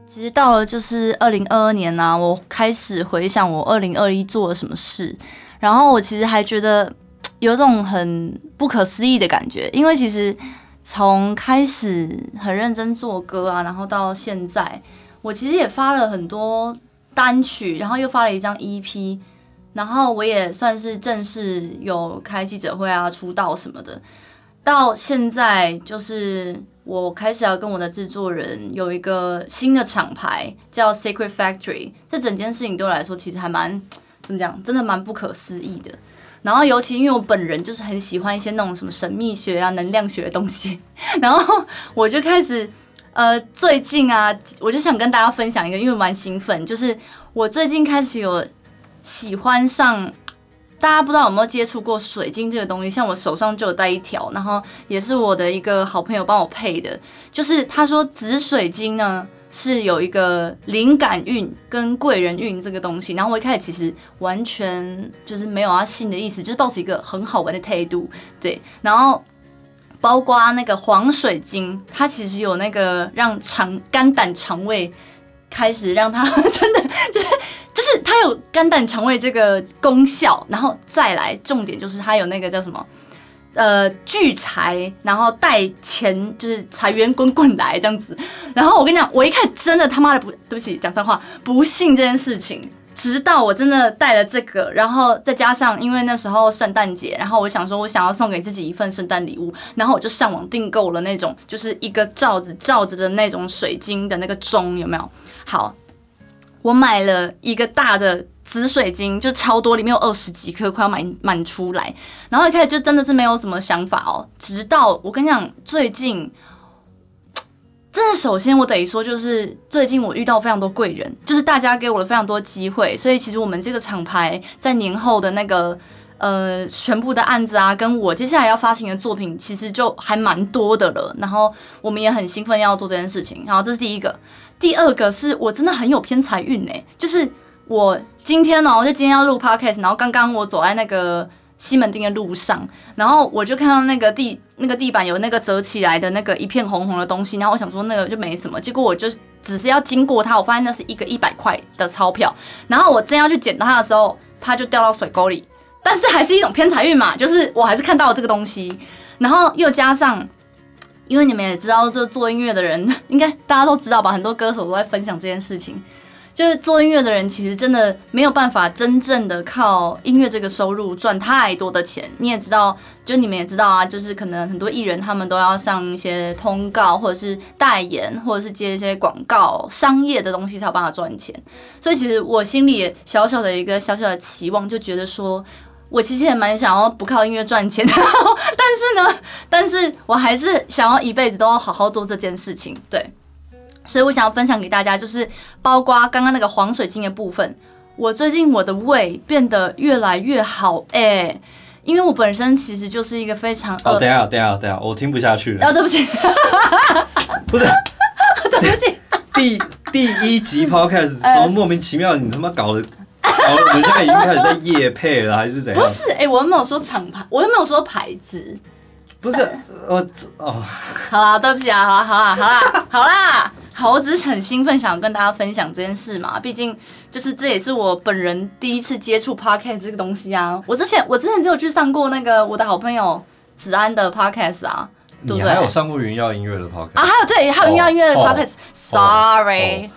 其实到了就是2022年啊，我开始回想我2021做了什么事，然后我其实还觉得有种很不可思议的感觉，因为其实从开始很认真做歌啊，然后到现在，我其实也发了很多单曲，然后又发了一张 EP， 然后我也算是正式有开记者会啊、出道什么的。到现在就是我开始要跟我的制作人有一个新的厂牌叫 Secret Factory， 这整件事情对我来说其实还蛮怎么讲，真的蛮不可思议的。然后尤其因为我本人就是很喜欢一些那种什么神秘学啊、能量学的东西，然后我就开始最近啊，我就想跟大家分享一个，因为我蛮兴奋，就是我最近开始有喜欢上。大家不知道有没有接触过水晶这个东西？像我手上就有戴一条，然后也是我的一个好朋友帮我配的。就是他说紫水晶呢是有一个灵感运跟贵人运这个东西，然后我一开始其实完全就是没有要信的意思，就是抱持一个很好玩的态度，对。然后包括那个黄水晶，它其实有那个让肝胆肠胃开始让它真的就是它有肝胆肠胃这个功效，然后再来重点就是它有那个叫什么聚财，然后带钱，就是财源滚滚来这样子。然后我跟你讲，我一开始真的他妈的对不起讲脏话，不信这件事情，直到我真的带了这个，然后再加上因为那时候圣诞节，然后我想说我想要送给自己一份圣诞礼物，然后我就上网订购了那种就是一个罩子罩着的那种水晶的那个钟，有没有？好。我买了一个大的紫水晶，就超多，里面有20几颗，快要满出来。然后一开始就真的是没有什么想法哦，直到我跟你讲，最近真的，首先我得说，就是最近我遇到非常多贵人，就是大家给我了非常多机会，所以其实我们这个厂牌在年后的那个全部的案子啊，跟我接下来要发行的作品，其实就还蛮多的了。然后我们也很兴奋要做这件事情。好，这是第一个。第二个是我真的很有偏财运欸，就是我今天就今天要录 podcast， 然后刚刚我走在那个西门町的路上，然后我就看到那个地板有那个折起来的那个一片红红的东西，然后我想说那个就没什么，结果我就只是要经过它，我发现那是一个100块的钞票，然后我正要去捡它的时候，它就掉到水沟里，但是还是一种偏财运嘛，就是我还是看到了这个东西，然后又加上。因为你们也知道，这做音乐的人，应该大家都知道吧？很多歌手都在分享这件事情，就是做音乐的人其实真的没有办法真正的靠音乐这个收入赚太多的钱。你也知道，就你们也知道啊，就是可能很多艺人他们都要上一些通告，或者是代言，或者是接一些广告、商业的东西才有办法赚钱。所以其实我心里也小小的一个小小的期望，就觉得说。我其实也蛮想要不靠音乐赚钱的，但是我还是想要一辈子都要好好做这件事情，对。所以我想要分享给大家，就是包括刚刚那个黄水晶的部分，我最近我的胃变得越来越好因为我本身其实就是一个非常等一下，我听不下去了。 对不起， 不是， 对不起， 第一集 podcast 什么莫名其妙，你他妈搞的。我们现在已经开始在业配了，还是怎样？ 不是，我又没有说厂牌，我又没有说牌子。 不是， 好啦，对不起啊，好啦，我只是很兴奋，想跟大家分享这件事嘛。毕竟，就是这也是我本人第一次接触 podcast 这个东西啊。我之前只有去上过那个我的好朋友子安的 podcast 啊，对不对？ 你还有上过云耀音乐的 podcast 啊？还有云耀音乐的 podcast。Sorry，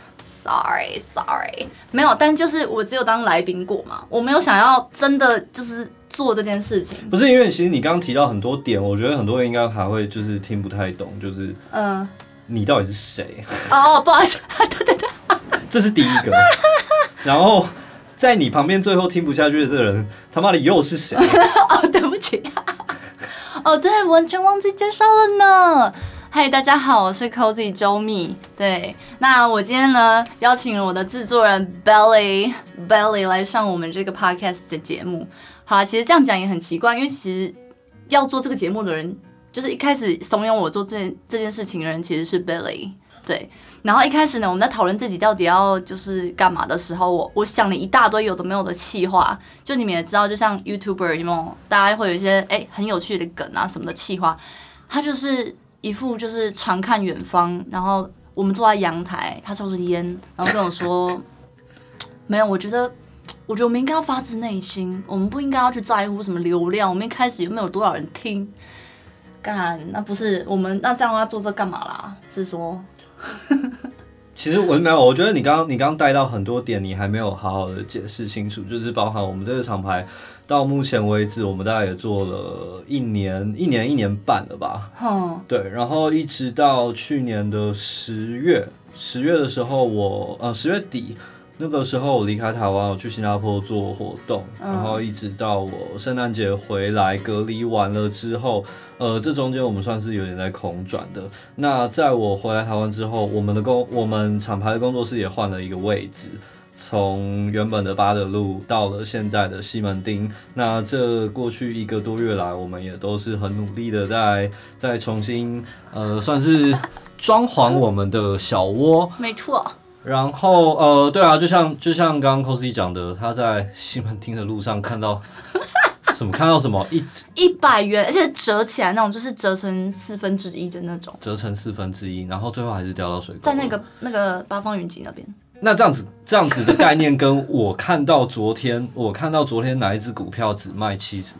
没有，但就是我只有当来宾过嘛，我没有想要真的就是做这件事情。 不是因为其实你刚刚提到很多点，我觉得很多人应该还会就是听不太懂，就是你到底是谁？ 不好意思，对， 这是第一个。然后在你旁边最后听不下去的这个人，他妈的又是谁？ 对不起，对，完全忘记介绍了呢。嗨，大家好，我是 Cozy 周密。对，那我今天呢邀请了我的制作人 Belly 来上我们这个 podcast 的节目。好啦，其实这样讲也很奇怪，因为其实要做这个节目的人，就是一开始怂恿我做这件事情的人其实是 Belly。对，然后一开始呢，我们在讨论自己到底要就是干嘛的时候，我想了一大堆有的没有的企划。就你们也知道，就像 YouTuber 有没有，大家会有一些很有趣的梗啊什么的企划，它就是。一副就是常看远方，然后我们坐在阳台，他抽着烟，然后跟我说，没有，我觉得我们应该要发自内心，我们不应该要去在乎什么流量，我们一开始有没有多少人听？干，那不是我们那这样要做这干嘛啦？是说， 其实我没有，我觉得你刚刚带到很多点，你还没有好好的解释清楚，就是包含我们这个厂牌到目前为止，我们大概也做了一年半了吧。对，然后一直到去年的10月的时候10月底。那个时候我离开台湾，我去新加坡做活动，然后一直到我圣诞节回来隔离完了之后，这中间我们算是有点在空转的。那在我回来台湾之后，我们厂牌的工作室也换了一个位置，从原本的八德路到了现在的西门町。那这过去1个多月来，我们也都是很努力的在重新算是装潢我们的小窝。 没错。 然后对啊，就像刚刚 Cozy 讲的，他在西门町的路上看到什么 100元，而且折起来那种，就是折成1/4的那种， 折成1/4，然后最后还是掉到水沟， 在那个八方云集那边。 那这样子的概念，跟我看到昨天哪一只股票只卖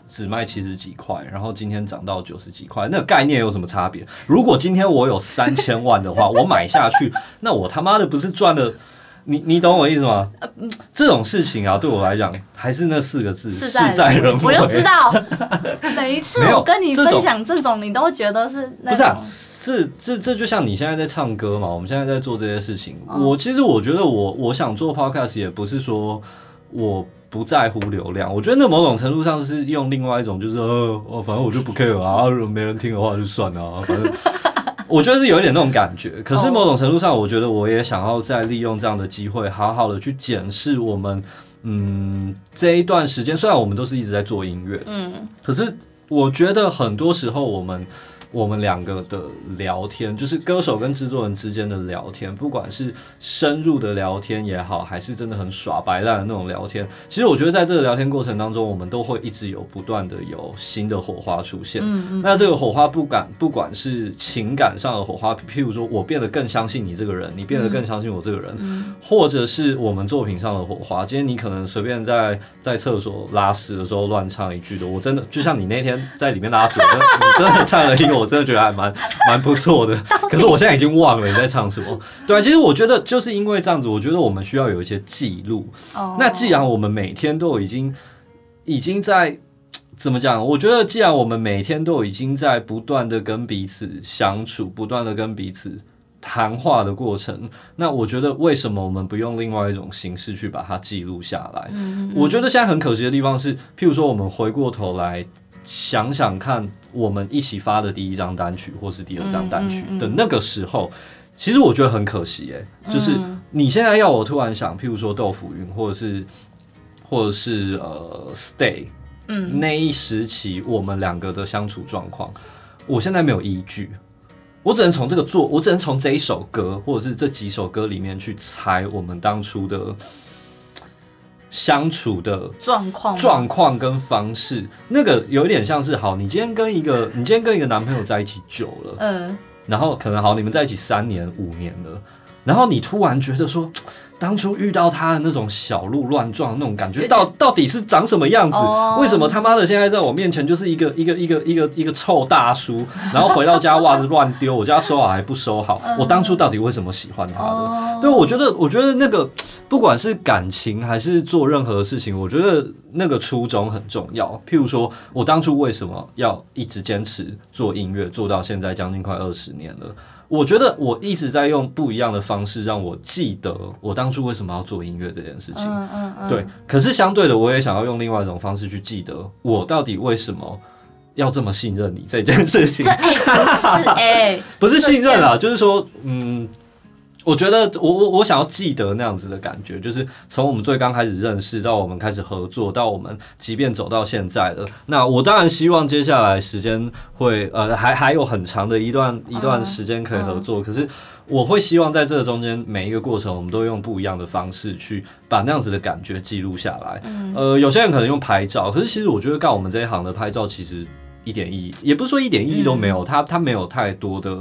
70几块，然后今天涨到90几块，那个概念有什么差别？如果今天我有3000万的话，我买下去，那我他妈的不是赚了？你懂我意思吗？这种事情啊，对我来讲还是那4个字，事在人为。 我就知道，每一次我跟你分享这种，你都觉得是那种。 不是啊，这就像你现在在唱歌嘛，我们现在在做这些事情。其实我觉得我想做 podcast 也不是说我不在乎流量，我觉得那某种程度上是用另外一种，就是反正我就不 care 啊，没人听的话就算了啊，反正。我觉得是有一点那种感觉，可是某种程度上，我觉得我也想要再利用这样的机会，好好的去检视我们，这一段时间，虽然我们都是一直在做音乐，可是我觉得很多时候我们两个的聊天，就是歌手跟制作人之间的聊天，不管是深入的聊天也好，还是真的很耍白烂的那种聊天，其实我觉得在这个聊天过程当中，我们都会一直不断的有新的火花出现。那这个火花不管是情感上的火花，譬如说我变得更相信你这个人，你变得更相信我这个人，或者是我们作品上的火花。今天你可能随便在厕所拉屎的时候乱唱一句的，我真的就像你那天在里面拉屎，你真的唱了一个。我真的觉得还蛮不错的，可是我现在已经忘了你在唱什么。对啊，其实我觉得就是因为这样子，我觉得我们需要有一些记录。那既然我们每天都已经在怎么讲？我觉得既然我们每天都已经在不断的跟彼此相处，不断的跟彼此谈话的过程，那我觉得为什么我们不用另外一种形式去把它记录下来？我觉得现在很可惜的地方是，譬如说我们回过头来想想看，我们一起发的第1张单曲或是第2张单曲的那个时候，其实我觉得很可惜就是你现在要我突然想，譬如说豆腐云或者是Stay，那一时期我们两个的相处状况，我现在没有依据，我只能从这一首歌或者是这几首歌里面去猜我们当初的相处的状况跟方式，那个有一点像是你今天跟一个男朋友在一起久了，然后可能你们在一起3年5年了，然后你突然觉得说，当初遇到他的那种小鹿乱撞的那种感觉，到底是长什么样子？为什么他妈的现在在我面前就是一个臭大叔，然后回到家袜子乱丢，我家收好还不收好？我当初到底为什么喜欢他的？对，我觉得那个不管是感情还是做任何事情，我觉得那个初衷很重要。譬如说，我当初为什么要一直坚持做音乐，做到现在将近快20年了？我觉得我一直在用不一样的方式让我记得我当初为什么要做音乐这件事情。对，可是相对的，我也想要用另外一种方式去记得我到底为什么要这么信任你这件事情。不是信任啦，就是说，我觉得我想要记得那样子的感觉，就是从我们最刚开始认识到我们开始合作，到我们即便走到现在了。那我当然希望接下来时间会还有很长的一段时间可以合作，可是我会希望在这个中间每一个过程，我们都用不一样的方式去把那样子的感觉记录下来。有些人可能用拍照，可是其实我觉得干我们这一行的拍照其实一点意义，也不是说一点意义都没有，它没有太多的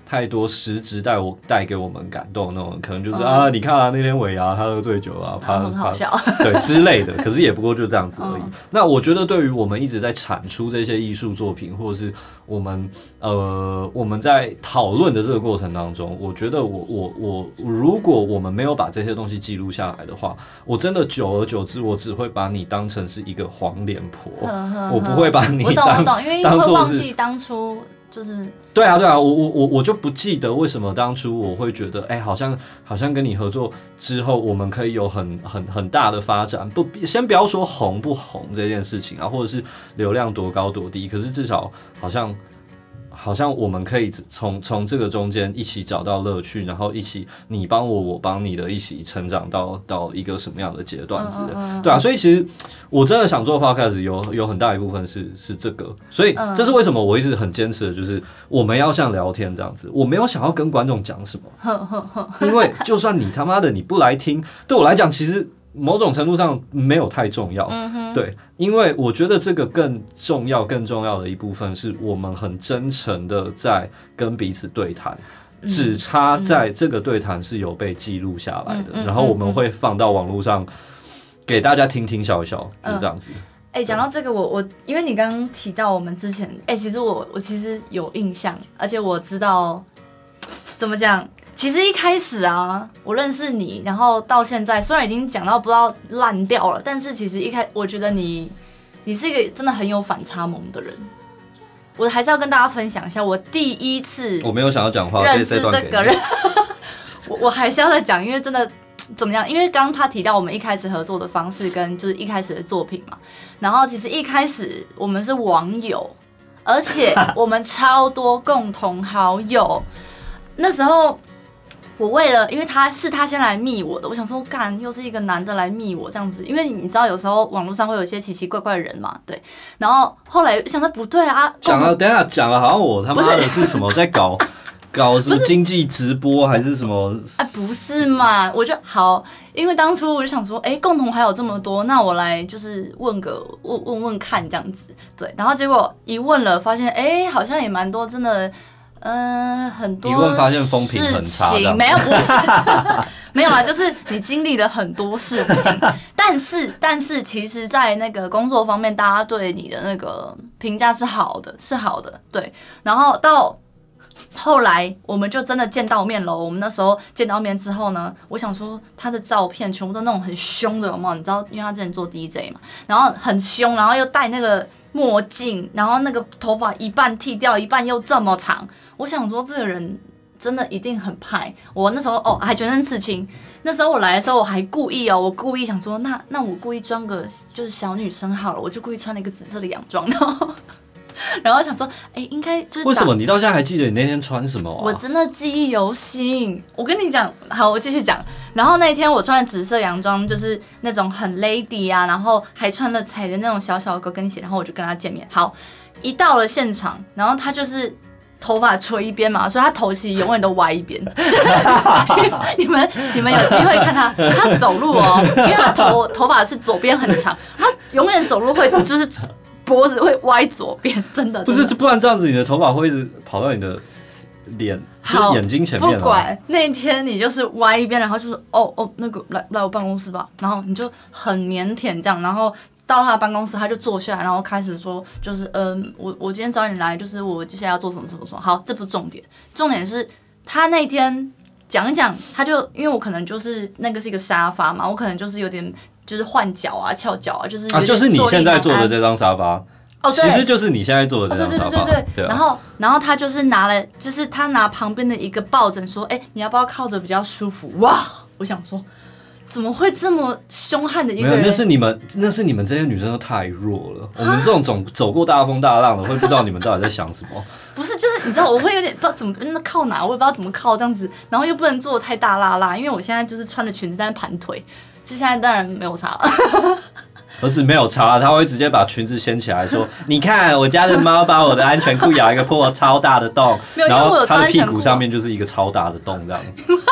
太多实质带给我们感动的那种，可能就是啊，你看啊，那天尾牙他喝醉酒啊， 很好笑， 对之类的。可是也不过就这样子而已。那我觉得对于我们一直在产出这些艺术作品，或者是我们在讨论的这个过程当中，我觉得如果我们没有把这些东西记录下来的话，我真的久而久之，我只会把你当成是一个黄脸婆，我不会把你我懂，因为会忘记当初。就是对啊，我就不记得为什么当初我会觉得，好像跟你合作之后，我们可以有很大的发展。先不要说红不红这件事情啊，或者是流量多高多低，可是至少好像我们可以从这个中间一起找到乐趣，然后一起你帮我帮你的，一起成长到一个什么样的阶段之类的，对啊，所以其实我真的想做 podcast 有很大一部分是这个，所以这是为什么我一直很坚持的，就是我们要像聊天这样子，我没有想要跟观众讲什么，因为就算你他妈的你不来听，对我来讲其实某种程度上没有太重要，对，因为我觉得这个更重要的一部分是我们很真诚的在跟彼此对谈，只差在这个对谈是有被记录下来的，然后我们会放到网络上给大家听听笑一笑，就是这样子。 讲到这个，我因为你刚刚提到我们之前，其实我其实有印象，而且我知道怎么讲。其实一开始啊，我认识你，然后到现在，虽然已经讲到不知道烂掉了，但是其实我觉得你是一个真的很有反差萌的人。我还是要跟大家分享一下，我第一次我没有想要讲话认识这个人，我还是要再讲，因为真的怎么样？因为刚刚他提到我们一开始合作的方式跟就是一开始的作品嘛，然后其实一开始我们是网友，而且我们超多共同好友，那时候。我为了，因为他先来密我的，我想说，干又是一个男的来密我这样子，因为你知道有时候网络上会有一些奇奇怪怪的人嘛，对。然后后来想到不对啊， 等一下讲了，好像我他妈的是什么在搞什么经济直播还是什么？ 不是嘛？我就好，因为当初我就想说，共同还有这么多，那我来就是问看这样子，对。然后结果一问了，发现好像也蛮多，真的。很多一问发现风评很差， 没有不是没有啦，就是你经历了很多事情，但是其实，在那个工作方面，大家对你的那个评价是好的，对。然后到后来，我们就真的见到面了。我们那时候见到面之后呢，我想说他的照片全部都那种很凶的，有没有？你知道，因为他之前做 DJ 嘛，然后很凶，然后又戴那个墨镜，然后那个头发一半剃掉，一半又这么长。我想说这个人真的一定很派。我那时候还全身刺青，那时候我来的时候我还故意想说那我故意装个就是小女生好了，我就故意穿了一个紫色的洋装，然后想说应该就是为什么你到现在还记得你那天穿什么啊？ 我真的记忆犹新。我跟你讲，好，我继续讲。然后那天我穿的紫色洋装，就是那种很 lady 啊，然后还穿了踩的那种小小的高跟鞋，然后我就跟他见面。好，一到了现场，然后他就是头发垂一边嘛，所以他头其实永远都歪一边。你们有机会看他走路哦，因为他头发是左边很长，他永远走路会就是脖子会歪左边，真的。 不是，不然这样子你的头发会一直跑到你的脸，就是眼睛前面。 不管那天你就是歪一边，然后就是那个来我办公室吧，然后你就很腼腆这样，然后。到他的办公室，他就坐下来，然后开始说，就是我今天找你来，就是我接下来要做什么。好，这不是重点，重点是他那天讲一讲，他就因为我可能就是那个是一个沙发嘛，我可能就是有点就是换脚啊、翘脚啊，就是就是你现在坐的这张沙发。其实就是你现在坐的这张沙发。 对。然后他就是他拿旁边的一个抱枕说，你要不要靠着比较舒服？哇，我想说。怎么会这么凶悍的一个人？ 没有，那是你们这些女生都太弱了。我们这种走过大风大浪的，会不知道你们到底在想什么。 不是，就是你知道，我会有点不知道怎么靠哪，我也不知道怎么靠这样子，然后又不能做的太大辣辣，因为我现在就是穿的裙子，但是盘腿，就现在当然没有差了。 儿子没有差，他会直接把裙子掀起来说：“你看，我家的猫把我的安全裤咬一个破超大的洞，然后他的屁股上面就是一个超大的洞，这样。”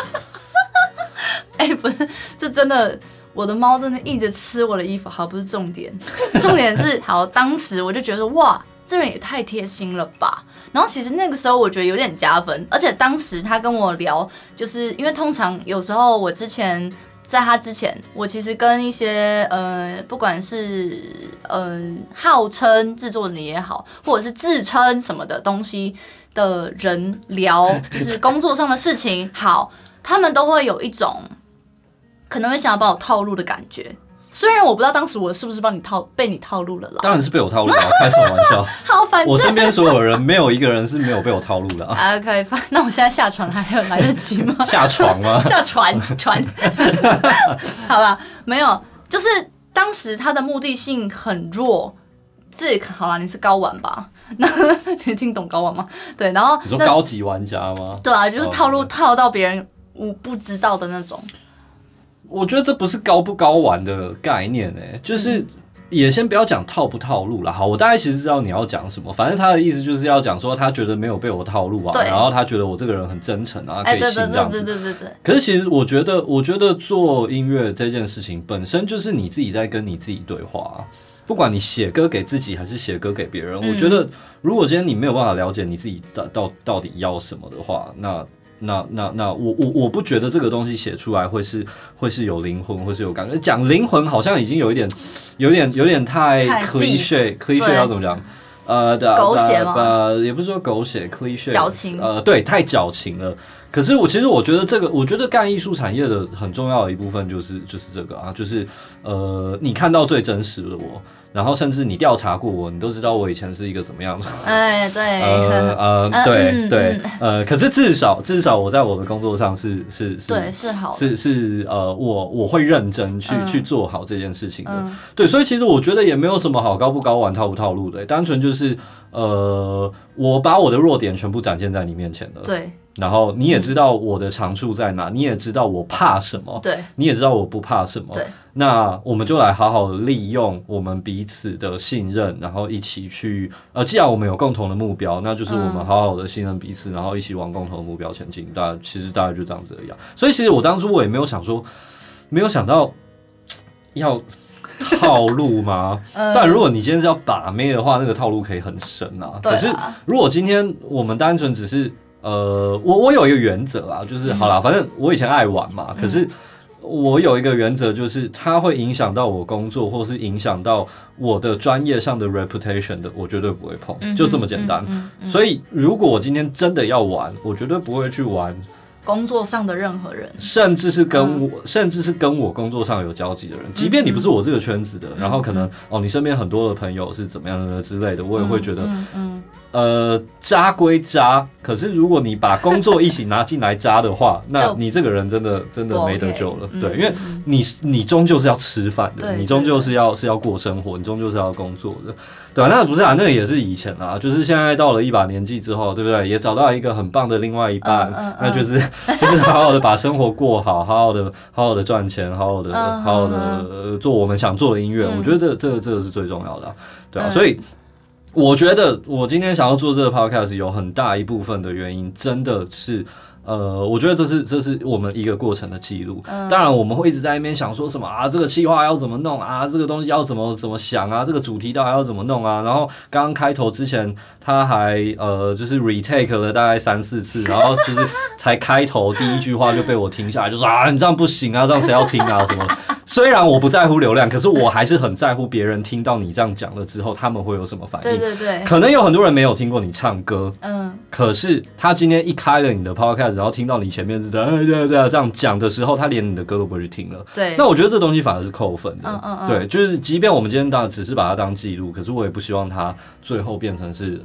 不是，这真的，我的猫真的一直吃我的衣服。好，不是重点，重点是好，当时我就觉得哇， 这人也太贴心了吧。然后其实那个时候我觉得有点加分，而且当时他跟我聊，就是因为通常有时候我在他之前，我其实跟一些不管是号称制作人也好，或者是自称什么的东西的人聊，就是工作上的事情，好，他们都会有一种可能会想要把我套路的感觉。虽然我不知道当时我是不是被你套路了啦， 当然是被我套路了，开什么玩笑？ 好，反正我身边所有人没有一个人是没有被我套路的啊。 OK， 那我现在下船还有来得及吗？ 下床吗？ 下船，好吧，没有，就是当时他的目的性很弱。这好啦，你是高玩吧？那你听懂高玩吗？对，然后你说高级玩家吗？ 对啊，就是套到别人我不知道的那种。 我觉得这不是高不高玩的概念就是也先不要讲套不套路啦。好，我大概其实知道你要讲什么，反正他的意思就是要讲说他觉得没有被我套路啊，然后他觉得我这个人很真诚啊，可以信这样子。 对。 可是其实我觉得做音乐这件事情本身就是你自己在跟你自己对话啊。不管你写歌给自己还是写歌给别人，我觉得如果今天你没有办法了解你自己到底要什么的话，那我不觉得这个东西写出来会是有灵魂，会是有感觉。讲灵魂好像已经有点太 cliché 要怎么讲？ 狗血吗？ 也不是说狗血 cliché， 矫情。 对，太矫情了。可是其实我觉得我觉得干艺术产业的很重要的一部分就是这个啊，就是你看到最真实的我。然后甚至你调查过我，你都知道我以前是一个怎么样的。 哎，对， 对，可是至少我在我的工作上是对，是好， 是我会认真去做好这件事情的。对，所以其实我觉得也没有什么好高不高玩套不套路的，单纯就是我把我的弱点全部展现在你面前了。 对。 然后你也知道我的长处在哪，你也知道我怕什么， 对， 你也知道我不怕什么， 对。 那我们就来好好利用我们彼此的信任，然后一起去既然我们有共同的目标，那就是我们好好的信任彼此，然后一起往共同的目标前进。其实大概就这样子而已。所以其实我当初我也没有想到要套路吗？但如果你今天是要把妹的话，那个套路可以很深啊。可是如果今天我们单纯只是我有一个原则啊，就是好啦，反正我以前爱玩嘛，可是我有一个原则，就是它会影响到我工作，或是影响到我的专业上的 reputation 的，我绝对不会碰，就这么简单。所以如果我今天真的要玩，我绝对不会去玩工作上的任何人， 甚至是跟我工作上有交集的人，即便你不是我这个圈子的，然后可能你身边很多的朋友是怎么样的之类的，我也会觉得渣归渣，可是如果你把工作一起拿进来渣的话，那你这个人真的没得救了。对，因为你终究是要吃饭的，你终究是要过生活，你终究是要工作的。对啊，那不是啊，那个也是以前啊，就是现在到了一把年纪之后，对不对？也找到一个很棒的另外一半，那就是好好的把生活过好，好好的赚钱，好好的做我们想做的音乐。我觉得这个是最重要的，对啊，所以。我觉得我今天想要做这个 podcast 有很大一部分的原因，真的是我觉得这是我们一个过程的记录。当然我们会一直在那边想说什么啊，这个企划要怎么弄啊，这个东西要怎么想啊，这个主题到底要怎么弄啊。然后刚刚开头之前他还就是 retake 了大概3-4次，然后就是才开头第一句话就被我停下来，就说啊你这样不行啊，这样谁要听啊什么的。虽然我不在乎流量，可是我还是很在乎别人听到你这样讲了之后，他们会有什么反应。 对， 可能有很多人没有听过你唱歌，可是他今天一开了你的 podcast， 然后听到你前面是对这样讲的时候，他连你的歌都不会去听了。对，那我觉得这东西反而是扣分的。对，就是即便我们今天只是把它当记录，可是我也不希望它最后变成是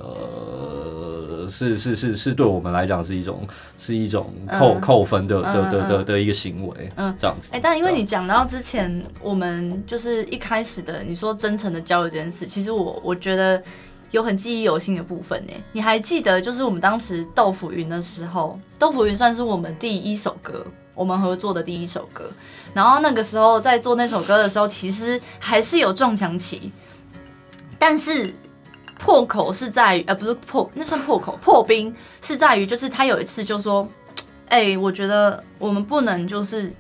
是对我们来讲是一种扣分的一个行为，这样子。 但因为你讲到之前，我们就是一开始的你说真诚的交流这件事，其实我觉得有很记忆犹新的部分呢。你还记得就是我们当时豆腐云的时候，豆腐云算是我们第一首歌，我们合作的第一首歌。然后那个时候在做那首歌的时候，其实还是有撞墙期，但是。破口是在于，不是那算破口，破冰是在于，就是他有一次就说，我觉得我们不能就是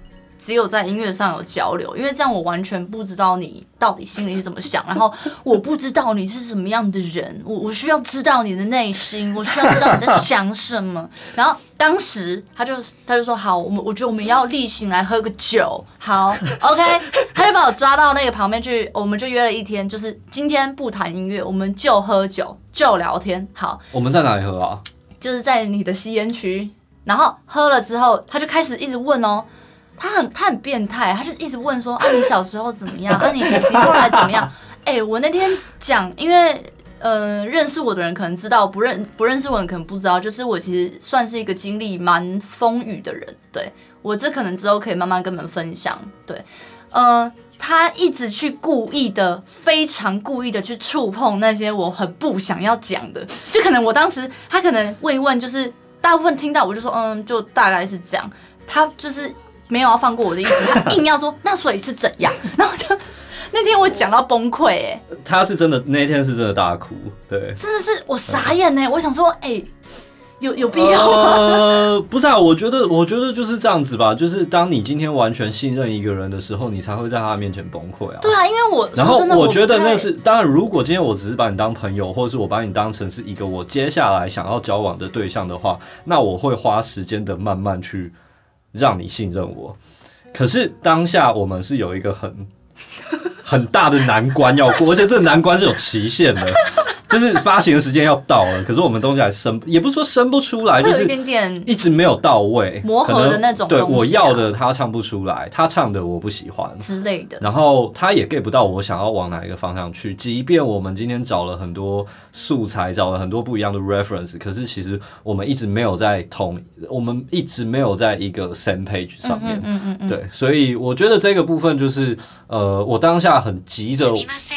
只有在音乐上有交流，因为这样我完全不知道你到底心里是怎么想，然后我不知道你是什么样的人，我需要知道你的内心，我需要知道你在想什么。然后当时他就说好，我觉得我们要例行来喝个酒，好 ，OK， 他就把我抓到那个旁边去，我们就约了一天，就是今天不谈音乐，我们就喝酒，就聊天。好， 我们在哪里喝啊？ 就是在你的吸烟区。然后喝了之后，他就开始一直问哦。他很变态，他就一直问说啊，你小时候怎么样？啊你后来怎么样？我那天讲，因为认识我的人可能知道，不认识我的人可能不知道，就是我其实算是一个经历蛮风雨的人，对我这可能之后可以慢慢跟你们分享，对，他一直去非常故意的去触碰那些我很不想要讲的，就可能我当时他可能问一问，就是大部分听到我就说就大概是这样，他就是没有要放过我的意思，他硬要说那所以是怎样，然后就那天我讲到崩溃他是真的那天是真的大哭，对， 真的是我傻眼我想说有必要吗？ 不是啊，我觉得就是这样子吧，就是当你今天完全信任一个人的时候，你才会在他面前崩溃啊。 对啊，因为然后我觉得那是当然，如果今天我只是把你当朋友，或者是我把你当成是一个我接下来想要交往的对象的话，那我会花时间的慢慢去让你信任我。可是当下我们是有一个很大的难关要过，而且这个难关是有期限的。就是发行的时间要到了，可是我们东西还也不是说生不出来，就是一直没有到位， 磨合的那种东西、 对，我要的他唱不出来，他唱的我不喜欢之类的， 然后他也 get 不到我想要往哪一个方向去。即便我们今天找了很多素材，找了很多不一样的 reference， 可是其实我们一直没有在一个 same page 上面。对，所以我觉得这个部分就是我当下很急着。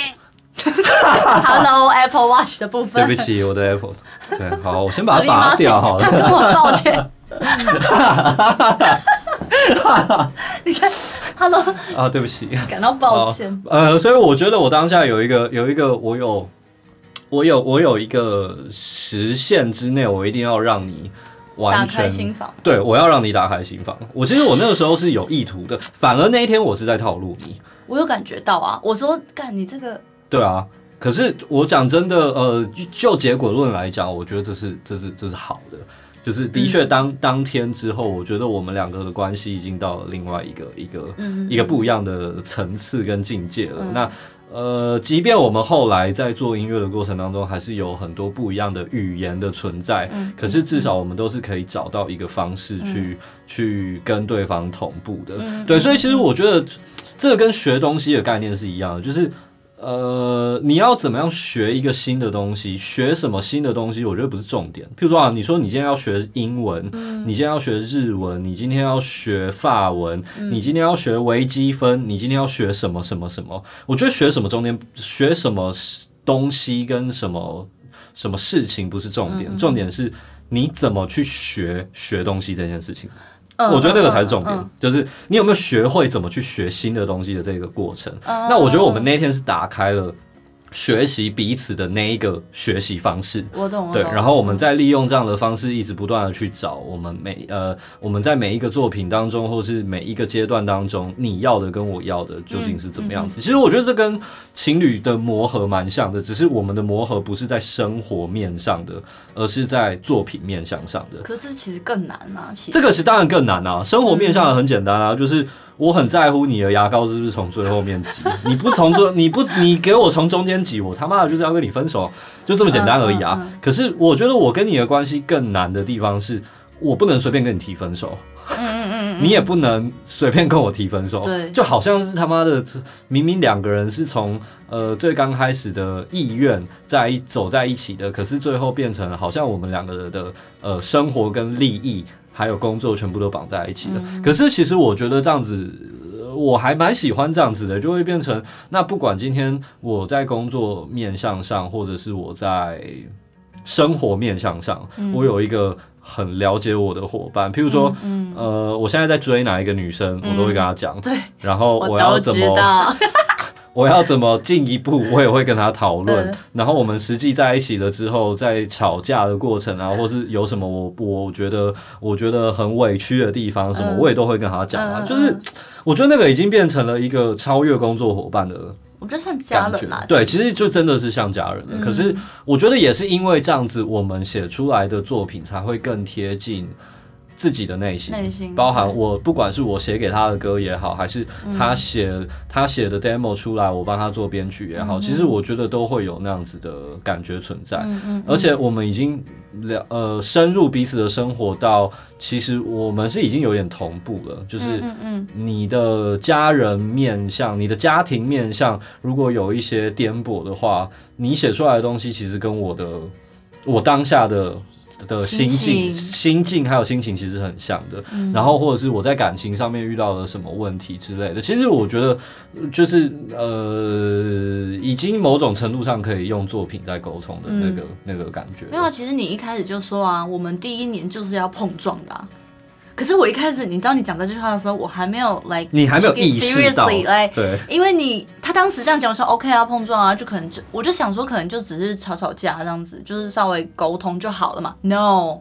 Hello Apple Watch 的部分， 对不起，我的 Apple。对，好，我先把它拔掉好了。 他跟我道歉。你看 ，Hello 啊，对不起， 感到抱歉。 所以我觉得我当下有一个，我有一个时限之内，我一定要让你完全打开心房。 对，我要让你打开心房。其实我那个时候是有意图的，反而那一天我是在套路你。 我有感觉到啊，我说干你这个。 对啊，可是我讲真的，就结果论来讲，我觉得这是好的，就是的确当天之后，我觉得我们两个的关系已经到了另外一个不一样的层次跟境界了。那即便我们后来在做音乐的过程当中，还是有很多不一样的语言的存在，可是至少我们都是可以找到一个方式去跟对方同步的。对，所以其实我觉得这个跟学东西的概念是一样的，就是你要怎么样学一个新的东西，学什么新的东西，我觉得不是重点。譬如说你说你今天要学英文，你今天要学日文，你今天要学法文，你今天要学微积分，你今天要学什么什么什么，我觉得学什么学什么东西跟什么事情不是重点，重点是你怎么去学东西这件事情。我觉得那个才是重点，就是你有没有学会怎么去学新的东西的这个过程。那我觉得我们那天是打开了学习彼此的那一个学习方式。 我懂。 对，然后我们再利用这样的方式，一直不断的去找我们在每一个作品当中，或是每一个阶段当中，你要的跟我要的究竟是怎么样子。其实我觉得这跟情侣的磨合蛮像的，只是我们的磨合不是在生活面上的，而是在作品面向上的。 可是这其实更难啊， 这个是当然更难啊。生活面向的很简单啊，就是我很在乎你的牙膏是不是从最后面挤，你给我从中间挤，我他妈的就是要跟你分手，就这么简单而已啊。可是我觉得我跟你的关系更难的地方是，我不能随便跟你提分手。你也不能随便跟我提分手，就好像是他妈的，明明两个人是从最刚开始的意愿走在一起的，可是最后变成好像我们两个人的生活跟利益还有工作全部都绑在一起了。可是其实我觉得这样子，我还蛮喜欢这样子的，就会变成那不管今天我在工作面向上，或者是我在生活面向上，我有一个很了解我的伙伴，譬如说，我现在在追哪一个女生，我都会跟她讲， 对， 然后我要怎么， 我要怎么进一步，我也会跟他讨论。然后我们实际在一起了之后，在吵架的过程啊，或是有什么我觉得很委屈的地方，什么我也都会跟他讲啊。就是我觉得那个已经变成了一个超越工作伙伴的。 我觉得算家人啦， 对，其实就真的是像家人了。可是我觉得也是因为这样子，我们写出来的作品才会更贴近自己的内心，包含我不管是我写给他的歌也好，还是他写的 demo 出来，我帮他做编曲也好，其实我觉得都会有那样子的感觉存在。而且我们已经深入彼此的生活到，其实我们是已经有点同步了，就是你的家人面向、你的家庭面向，如果有一些颠簸的话，你写出来的东西其实跟我当下的心境还有心情其实很像的。然后或者是我在感情上面遇到了什么问题之类的，其实我觉得就是已经某种程度上可以用作品在沟通的那个感觉。 没有，其实你一开始就说啊，我们第一年就是要碰撞的啊。可是我一开始，你知道你讲这句话的时候，我还没有你还没有意识到，对， 因为他当时这样讲，我说 OK 要碰撞啊，就可能我就想说，可能就只是吵吵架这样子，就是稍微沟通就好了嘛。No，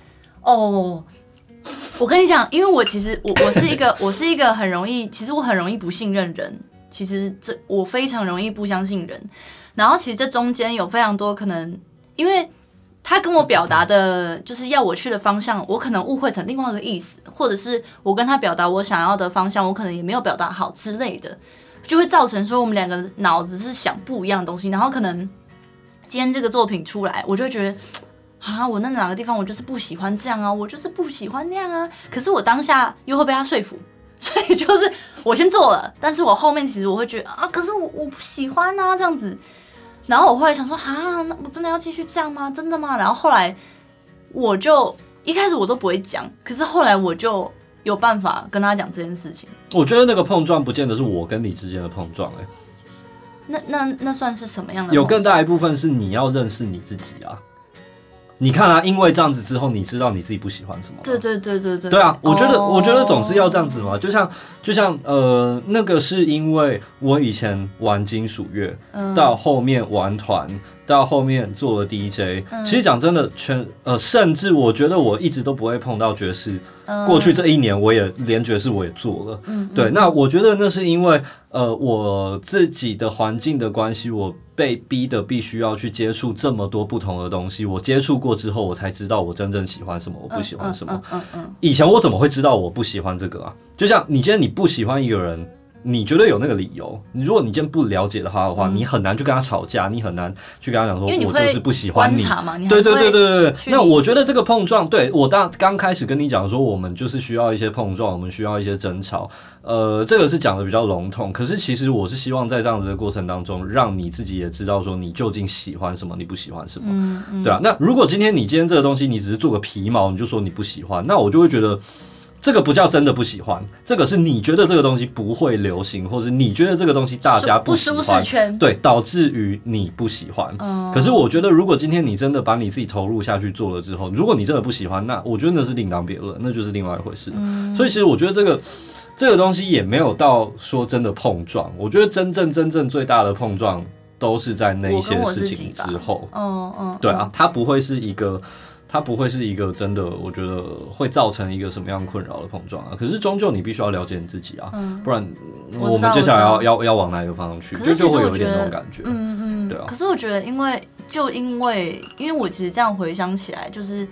我跟你讲，因为我其实我是一个很容易，其实我很容易不信任人，其实我非常容易不相信人。然后其实这中间有非常多可能，因为他跟我表达的就是要我去的方向，我可能误会成另外一个意思，或者是我跟他表达我想要的方向，我可能也没有表达好之类的，就会造成说我们两个脑子是想不一样的东西，然后可能今天这个作品出来，我就会觉得啊，我那哪个地方我就是不喜欢这样啊，我就是不喜欢那样啊，可是我当下又会被他说服，所以就是我先做了，但是我后面其实我会觉得啊，可是我不喜欢啊这样子。然后我后来想说，那我真的要继续这样吗？真的吗？然后后来我就一开始我都不会讲，可是后来我就有办法跟他讲这件事情。 我觉得那个碰撞不见得是我跟你之间的碰撞， 那算是什么样的碰撞？ 有更大一部分是你要认识你自己啊。你看啊，因为这样子之后，你知道你自己不喜欢什么。 对。 对啊，我觉得总是要这样子嘛。就像那个是因为我以前玩金属乐，到后面玩团，到后面做了 DJ。其实讲真的，甚至我觉得我一直都不会碰到爵士。过去这一年，我也连爵士我也做了。对，那我觉得那是因为我自己的环境的关系，我被逼的必须要去接触这么多不同的东西。我接触过之后，我才知道我真正喜欢什么，我不喜欢什么。以前我怎么会知道我不喜欢这个啊？就像你今天你不喜欢一个人，你绝对有那个理由。如果你今天不了解他的话，你很难去跟他吵架，你很难去跟他讲说，我就是不喜欢你。对。那我觉得这个碰撞，对我刚开始跟你讲说，我们就是需要一些碰撞，我们需要一些争吵。这个是讲的比较笼统，可是其实我是希望在这样子的过程当中，让你自己也知道说你究竟喜欢什么，你不喜欢什么。对啊。那如果今天这个东西你只是做个皮毛，你就说你不喜欢，那我就会觉得。这个不叫真的不喜欢，这个是你觉得这个东西不会流行，或是你觉得这个东西大家不喜欢，对，导致于你不喜欢。可是我觉得，如果今天你真的把你自己投入下去做了之后，如果你真的不喜欢，那我觉得那是另当别论，那就是另外一回事。所以其实我觉得这个东西也没有到说真的碰撞，我觉得真正最大的碰撞都是在那一些事情之后。对啊，它不会是一个真的，我觉得会造成一个什么样困扰的碰撞啊？可是终究你必须要了解你自己啊，不然我们接下来要往哪一个方向去，就会有一点那种感觉。对啊。 可是我觉得，因为我其实这样回想起来，就是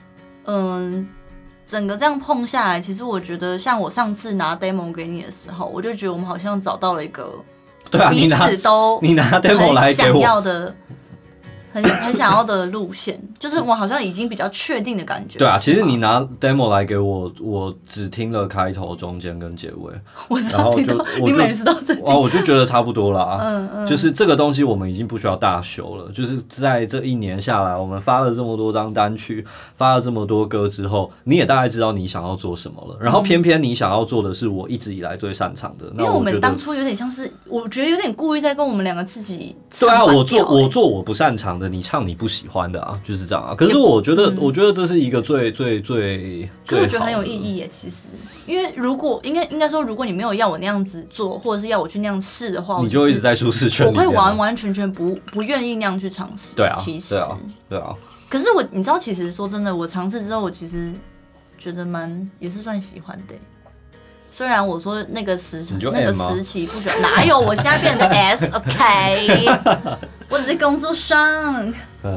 整个这样碰下来，其实我觉得，像我上次拿 demo 给你的时候，我就觉得我们好像找到了一个彼此都你拿 demo 来给我想要的。很想要的路线，就是我好像已经比较确定的感觉。 对啊，其实你拿 demo 来给我，我只听了开头、中间跟结尾，然后你每次都这样， 我就觉得差不多了。就是这个东西我们已经不需要大修了。就是在这一年下来，我们发了这么多张单曲，发了这么多歌之后，你也大概知道你想要做什么了。然后偏偏你想要做的是我一直以来最擅长的。 因为我们当初有点像是，我觉得有点故意在跟我们两个自己。 对啊，我做我不擅长。 的，你唱你不喜欢的啊，就是这样啊。可是我觉得，我觉得这是一个最可是我觉得很有意义耶，其实，因为如果应该说，如果你没有要我那样子做，或者是要我去那样试的话， 你就一直在舒适圈里面， 我会完完全全不愿意那样去尝试。 对啊， 其实对啊。 可是你知道，其实说真的，我尝试之后，我其实觉得也是算喜欢的耶。虽然我说那个时期不喜欢，哪有？我现在变成 S，OK， 我只是工作上。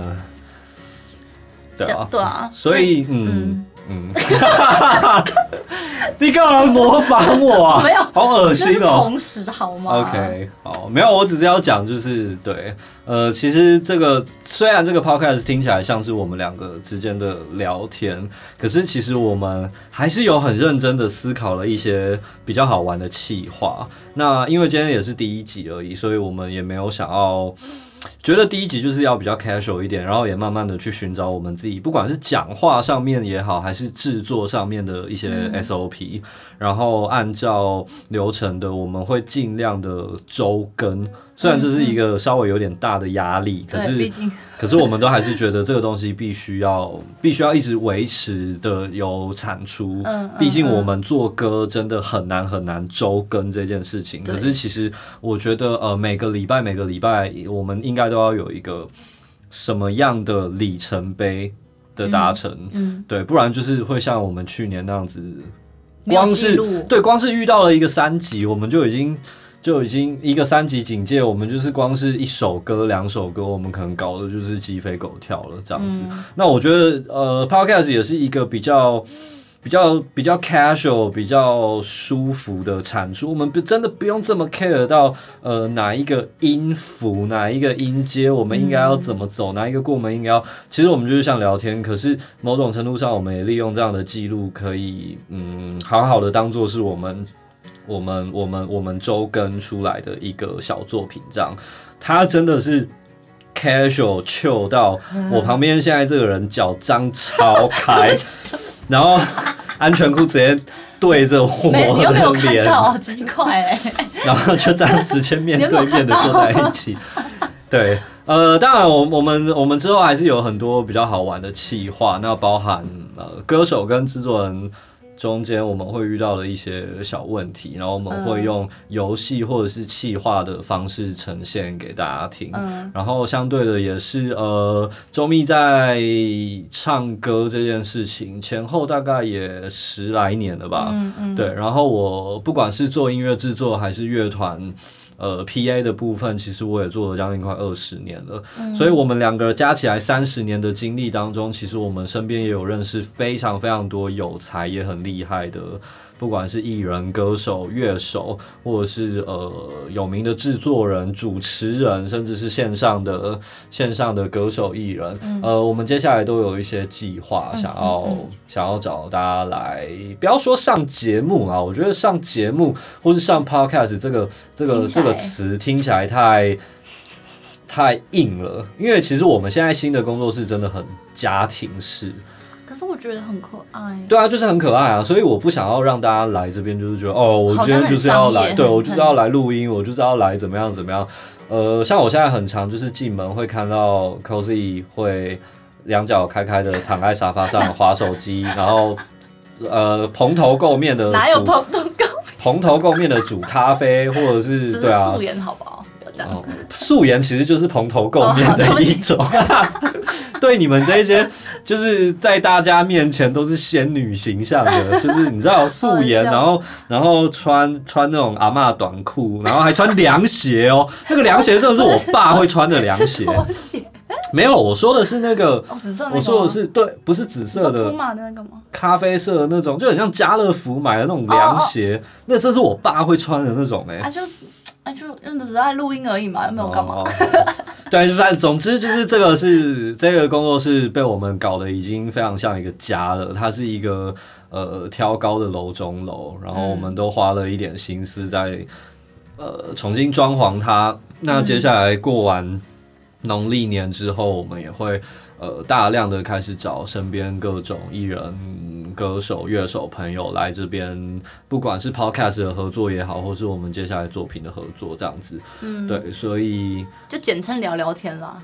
对啊， 对啊， 所以你干嘛模仿我啊？ 没有， 好恶心哦。 同时好吗 ？OK， 好，没有，我只是要讲，就是对，其实虽然这个 podcast 听起来像是我们两个之间的聊天，可是其实我们还是有很认真的思考了一些比较好玩的企划。那因为今天也是第1集而已，所以我们也没有想要。觉得第1集就是要比较 casual 一点，然后也慢慢的去寻找我们自己，不管是讲话上面也好，还是制作上面的一些 SOP，然后按照流程的，我们会尽量的周更。虽然这是一个稍微有点大的压力，可是我们都还是觉得这个东西必须要一直维持的有产出。毕竟我们做歌真的很难周更这件事情。可是其实我觉得每个礼拜我们应该都要有一个什么样的里程碑的达成。对，不然就是会像我们去年那样子，光是遇到了一个3级，我们就已经一个3级警戒，我们就是光是1首歌2首歌，我们可能搞的就是鸡飞狗跳了这样子。那我觉得podcast 也是一个比较 casual 比较舒服的产出，我们真的不用这么 care 到哪一个音符哪一个音阶我们应该要怎么走，哪一个过门应该要，其实我们就是像聊天，可是某种程度上我们也利用这样的记录，可以好好的当作是我们周更出来的一个小作品，这样它真的是 casual chill 到我旁边现在这个人脚张超开，然后安全裤直接对着我的脸， 你有没有看到？好奇怪然后就这样直接面对面的坐在一起。对，当然我们之后还是有很多比较好玩的企划，那包含歌手跟制作人中间我们会遇到的一些小问题，然后我们会用游戏或者是企划的方式呈现给大家听。然后相对的也是周密在唱歌这件事情前后大概也10来年了吧。对，然后我不管是做音乐制作还是乐团PA 的部分，其实我也做了将近快20年了。所以我们2个加起来30年的经历当中，其实我们身边也有认识非常非常多有才也很厉害的，不管是艺人、歌手、乐手，或者是有名的制作人、主持人，甚至是线上的歌手、艺人。我们接下来都有一些计划，想要找大家来，不要说上节目啊，我觉得上节目或是上 podcast 这个词听起来太硬了，因为其实我们现在新的工作室真的很家庭式。 可是我觉得很可爱。 对啊，就是很可爱啊，所以我不想要让大家来这边就是觉得我今天就是要来，对，我就是要来录音，我就是要来怎么样。像我现在很常就是进门会看到 Cozy 会2脚开的躺在沙发上滑手机，然后蓬头垢面的哪有蓬头垢面的煮咖啡，或者是对啊， 素颜好不好？ 素颜其实就是蓬头垢面的一种。对你们这一些就是在大家面前都是仙女形象的，就是你知道素颜，然后穿那种阿嬷短裤，然后还穿凉鞋哦。那个凉鞋真的是我爸会穿的凉鞋。没有，我说的是那个， 紫色那个吗？ 我说的是对，不是紫色的，咖啡色的那种，就很像家乐福买的那种凉鞋。那这是我爸会穿的那种就只是在录音而已嘛，又没有干嘛。 对，总之就是这个工作室被我们搞得已经非常像一个家了。它是一个挑高的楼中楼，然后我们都花了一点心思在重新装潢它。那接下来过完农历年之后，我们也会大量的开始找身边各种艺人、歌手、乐手朋友来这边，不管是 podcast 的合作也好，或是我们接下来作品的合作这样子。对，所以就简称聊聊天啦。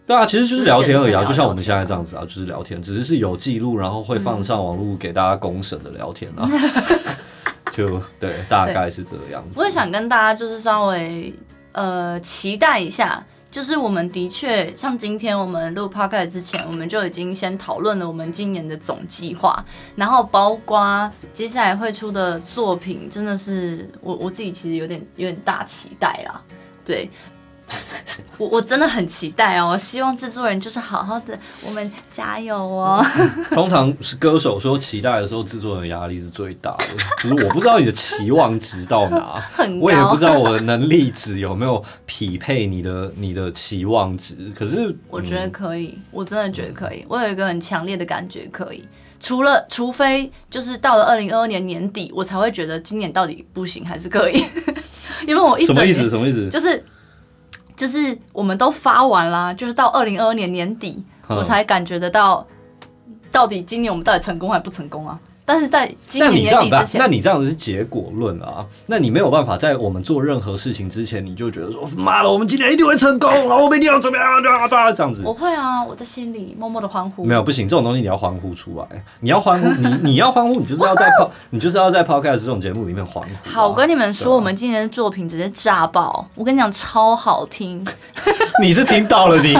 对啊，其实就是聊天而已啊， 就是就像我们现在这样子啊，就是聊天，只是有记录，然后会放上网络给大家公审的聊天啊。就对，大概是这个样子。 我也想跟大家就是稍微期待一下。就是我们的确，像今天我们录 podcast 之前，我们就已经先讨论了我们今年的总计划，然后包括接下来会出的作品，真的是我自己其实有点大期待啦，对。我真的很期待哦！我希望制作人就是好好的，我们加油哦！ 通常是歌手说期待的时候，制作人压力是最大的。就是我不知道你的期望值到哪，我也不知道我的能力值有没有匹配你的期望值。可是我觉得可以，我真的觉得可以。我有一个很强烈的感觉，可以。除非就是到了2022年年底，我才会觉得今年到底不行还是可以。因为我一整年什么意思？ 就是我们都发完啦，就是到2022年年底，我才感觉得到底今年我们到底成功还不成功啊？但是在今年年底之前， 那你这样子是结果论啊，那你没有办法在我们做任何事情之前，你就觉得说妈的，我们今年一定会成功，然后我们一定要怎么样这样子。 我会啊，我在心里默默的欢呼。 没有不行，这种东西你要欢呼出来，你要欢呼，你要欢呼，你就是要在 podcast 这种节目里面欢呼、啊。 好，我跟你们说，我们今年的作品直接炸爆，我跟你讲超好听。 你是听到了你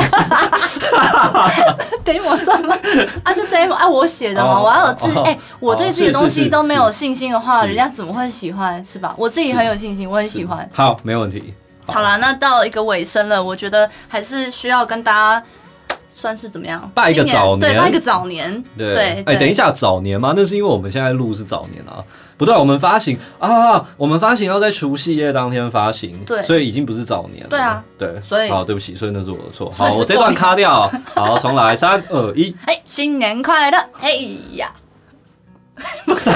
？demo 算吗？啊，就 demo 啊，我写的嘛，我要有自我对自己的东西都没有信心的话，人家怎么会喜欢？是吧？我自己很有信心，我很喜欢。 好，没问题。 好啦，那到一个尾声了，我觉得还是需要跟大家算是怎么样？ 拜一个早年， 对，拜一个早年。对， 等一下，早年吗？那是因为我们现在录是早年啊。不对，我们发行要在除夕夜当天发行， 对， 所以已经不是早年了。 对啊， 对， 所以好，对不起，所以那是我的错。好，我这段卡掉。好，重来，3、2、1。 新年快乐！嘿呀！不是，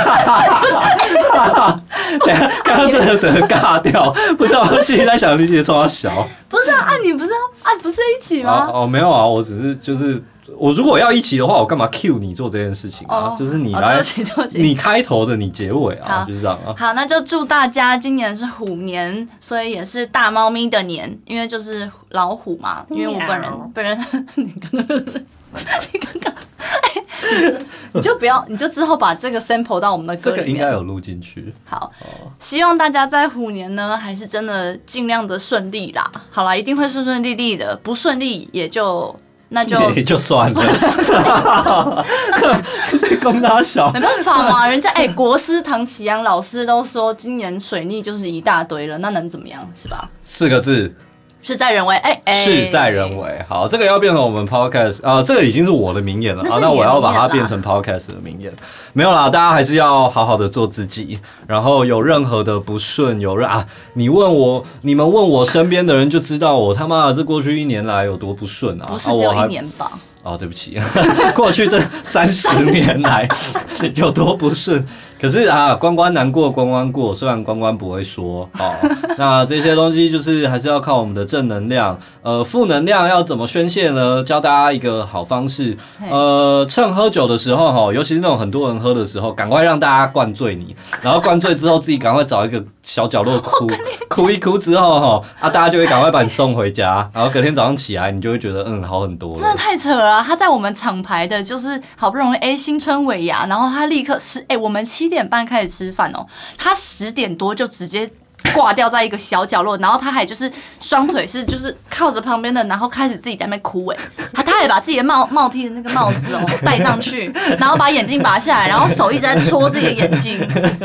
等一下，刚刚真的整个尬掉，不知道我心里在想，你姐冲他小。 不是啊，你不是不是一起吗？ 没有啊，我只是就是。我如果要一起的话，我干嘛 cue 你做这件事情啊？就是你来，你开头的，你结尾啊，就是这样啊。 好，那就祝大家今年是虎年，所以也是大猫咪的年，因为就是老虎嘛。因为我本人，你刚刚，你就之后把这个 sample 到我们的歌里面， 这个应该有录进去。 好，希望大家在虎年呢，还是真的尽量的顺利啦。好啦，一定会顺顺利利的，不顺利那就算了，这公大小没办法嘛，人家国师唐启阳老师都说今年水逆就是一大堆了，那能怎么样是吧 ？4个字， 事在人为。 事在人为。好，这个要变成我们 podcast 这个已经是我的名言了。好，那我要把它变成 podcast 的名言。没有啦，大家还是要好好的做自己。然后有任何的不顺，你们问我身边的人就知道我他妈的这过去1年来有多不顺啊！ 不是只有1年吧？ 对不起，过去这30年来有多不顺。可是关关难过关关过，虽然关关不会说那这些东西就是还是要靠我们的正能量。负能量要怎么宣泄呢？教大家一个好方式。趁喝酒的时候尤其是那种很多人喝的时候，赶快让大家灌醉你，然后灌醉之后自己赶快找一个小角落哭一哭之后大家就会赶快把你送回家，然后隔天早上起来你就会觉得好很多了。 真的太扯了他在我们厂牌的就是好不容易新春尾牙，然后他立刻我们7点半开始吃饭他10点多就直接挂掉在一个小角落，然后他还就是双腿是就是靠着旁边的，然后开始自己在那边哭他还把自己的帽 T 的那个帽子戴上去，然后把眼镜拔下来，然后手一直在戳自己的眼睛。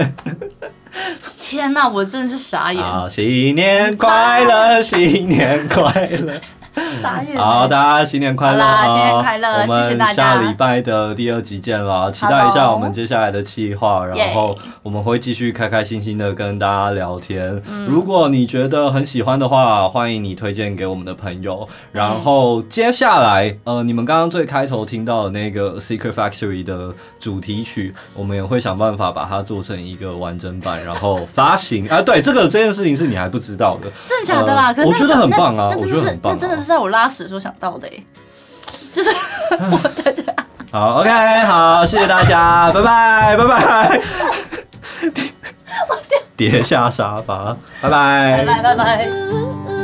天哪，我真的是傻眼！ 新年快乐，新年快乐！好，大家新年快乐！ 新年快乐！谢谢大家。 我们下礼拜的第2集见了，期待一下我们接下来的企划，然后我们会继续开开心心的跟大家聊天。如果你觉得很喜欢的话，欢迎你推荐给我们的朋友。然后接下来，你们刚刚最开头听到的那个 Secret Factory 的主题曲，我们也会想办法把它做成一个完整版，然后发行。对，这件事情是你还不知道的， 真的假的啦？ 我觉得很棒啊，我觉得很棒， 那真的是在我拉屎的时候想到的就是我在这样。 好 ，OK， 好，谢谢大家，拜拜，拜拜。跌下沙发，拜拜， 拜拜，拜拜。